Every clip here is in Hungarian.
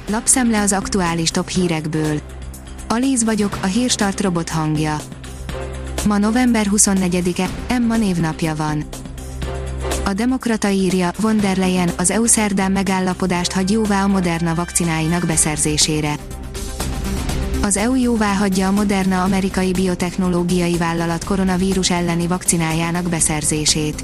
Lapszemle az aktuális top hírekből. Alíz vagyok, a Hírstart robot hangja. Ma november 24-e, Emma névnapja van. A Demokrata írja, von der Leyen, az EU szerdán megállapodást hagy jóvá a Moderna vakcináinak beszerzésére. Az EU jóváhagyja a Moderna amerikai biotechnológiai vállalat koronavírus elleni vakcinájának beszerzését.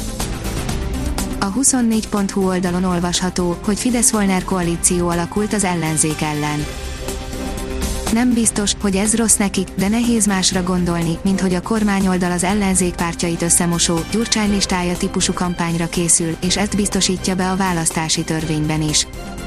A 24.hu oldalon olvasható, hogy Fidesz-Volner koalíció alakult az ellenzék ellen. Nem biztos, hogy ez rossz nekik, de nehéz másra gondolni, mint hogy a kormányoldal az ellenzék pártjait összemosó, Gyurcsány listája típusú kampányra készül, és ezt biztosítja be a választási törvényben is.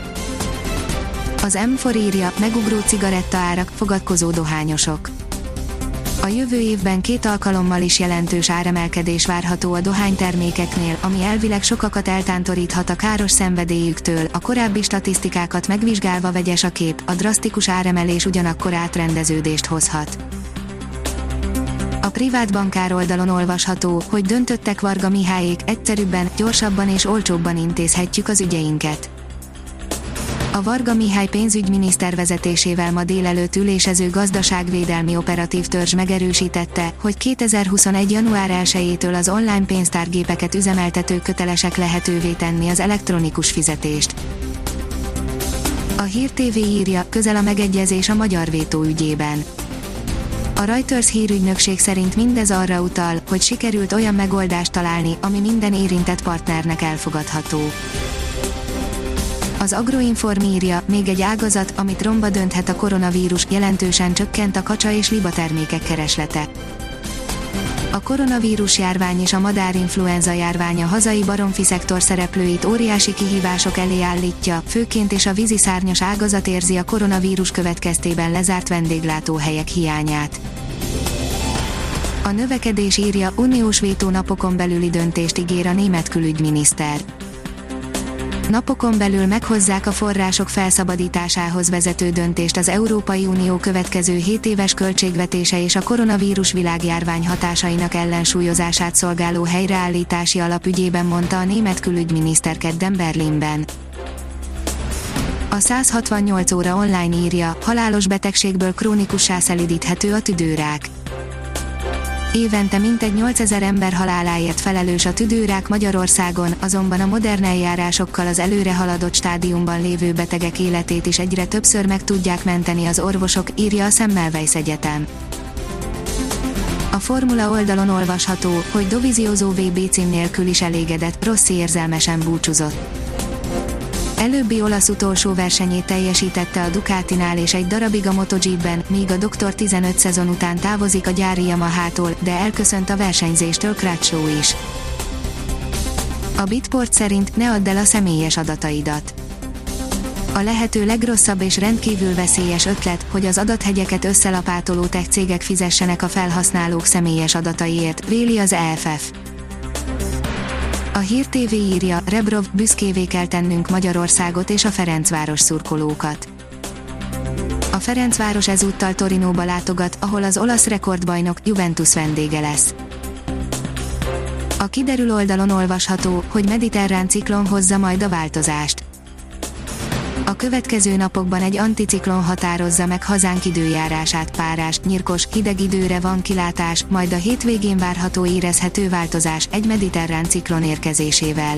Az M4 írja, megugró cigarettaárak, fogadkozó dohányosok. A jövő évben 2 alkalommal is jelentős áremelkedés várható a dohánytermékeknél, ami elvileg sokakat eltántoríthat a káros szenvedélyüktől, a korábbi statisztikákat megvizsgálva vegyes a kép, a drasztikus áremelés ugyanakkor átrendeződést hozhat. A privát bankár oldalon olvasható, hogy döntöttek Varga Mihályék, egyszerűbben, gyorsabban és olcsóbban intézhetjük az ügyeinket. A Varga Mihály pénzügyminiszter vezetésével ma délelőtt ülésező gazdaságvédelmi operatív törzs megerősítette, hogy 2021. január 1-től az online pénztárgépeket üzemeltetők kötelesek lehetővé tenni az elektronikus fizetést. A Hír TV írja, közel a megegyezés a magyar vétó ügyében. A Reuters hírügynökség szerint mindez arra utal, hogy sikerült olyan megoldást találni, ami minden érintett partnernek elfogadható. Az Agroinform írja, még egy ágazat, amit romba dönthet a koronavírus, jelentősen csökkent a kacsa és liba termékek kereslete. A koronavírus járvány és a madárinfluenza járvány a hazai baromfi szektor szereplőit óriási kihívások elé állítja, főként és a víziszárnyas ágazat érzi a koronavírus következtében lezárt vendéglátóhelyek hiányát. A növekedés írja, uniós vétó napokon belüli döntést ígér a német külügyminiszter. Napokon belül meghozzák a források felszabadításához vezető döntést az Európai Unió következő 7 éves költségvetése és a koronavírus világjárvány hatásainak ellensúlyozását szolgáló helyreállítási alap ügyében, mondta a német külügyminiszter kedden Berlinben. A 168 óra online írja, halálos betegségből krónikussá szelídíthető a tüdőrák. Évente mintegy 8000 ember haláláért felelős a tüdőrák Magyarországon, azonban a modern eljárásokkal az előre haladott stádiumban lévő betegek életét is egyre többször meg tudják menteni az orvosok, írja a Semmelweis Egyetem. A Formula oldalon olvasható, hogy Dovizioso VB cím nélkül is elégedett, Rossi érzelmesen búcsúzott. Előbbi olasz utolsó versenyét teljesítette a Ducatinál és egy darabig a MotoGP-ben, míg a Dr. 15 szezon után távozik a gyári Yamahától, de elköszönt a versenyzéstől Crutchlow is. A Bitport szerint ne add el a személyes adataidat. A lehető legrosszabb és rendkívül veszélyes ötlet, hogy az adathegyeket összelapátoló tech cégek fizessenek a felhasználók személyes adataiért, véli az EFF. A Hír TV írja, Rebrov, büszkévé kell tennünk Magyarországot és a Ferencváros szurkolókat. A Ferencváros ezúttal Torinóba látogat, ahol az olasz rekordbajnok, Juventus vendége lesz. A Kiderül oldalon olvasható, hogy mediterrán ciklon hozza majd a változást. A következő napokban egy anticiklon határozza meg hazánk időjárását, párás, nyirkos, hideg időre van kilátás, majd a hétvégén várható érezhető változás egy mediterrán ciklon érkezésével.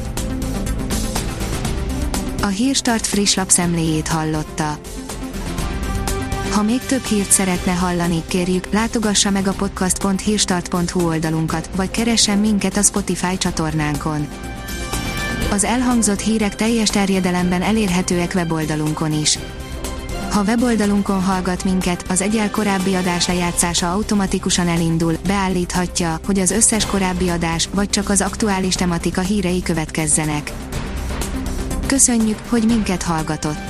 A Hírstart friss lapszemléjét hallotta. Ha még több hírt szeretne hallani, kérjük, látogassa meg a podcast.hírstart.hu oldalunkat, vagy keressen minket a Spotify csatornánkon. Az elhangzott hírek teljes terjedelemben elérhetőek weboldalunkon is. Ha weboldalunkon hallgat minket, az egyel korábbi adás lejátszása automatikusan elindul, beállíthatja, hogy az összes korábbi adás, vagy csak az aktuális tematika hírei következzenek. Köszönjük, hogy minket hallgatott!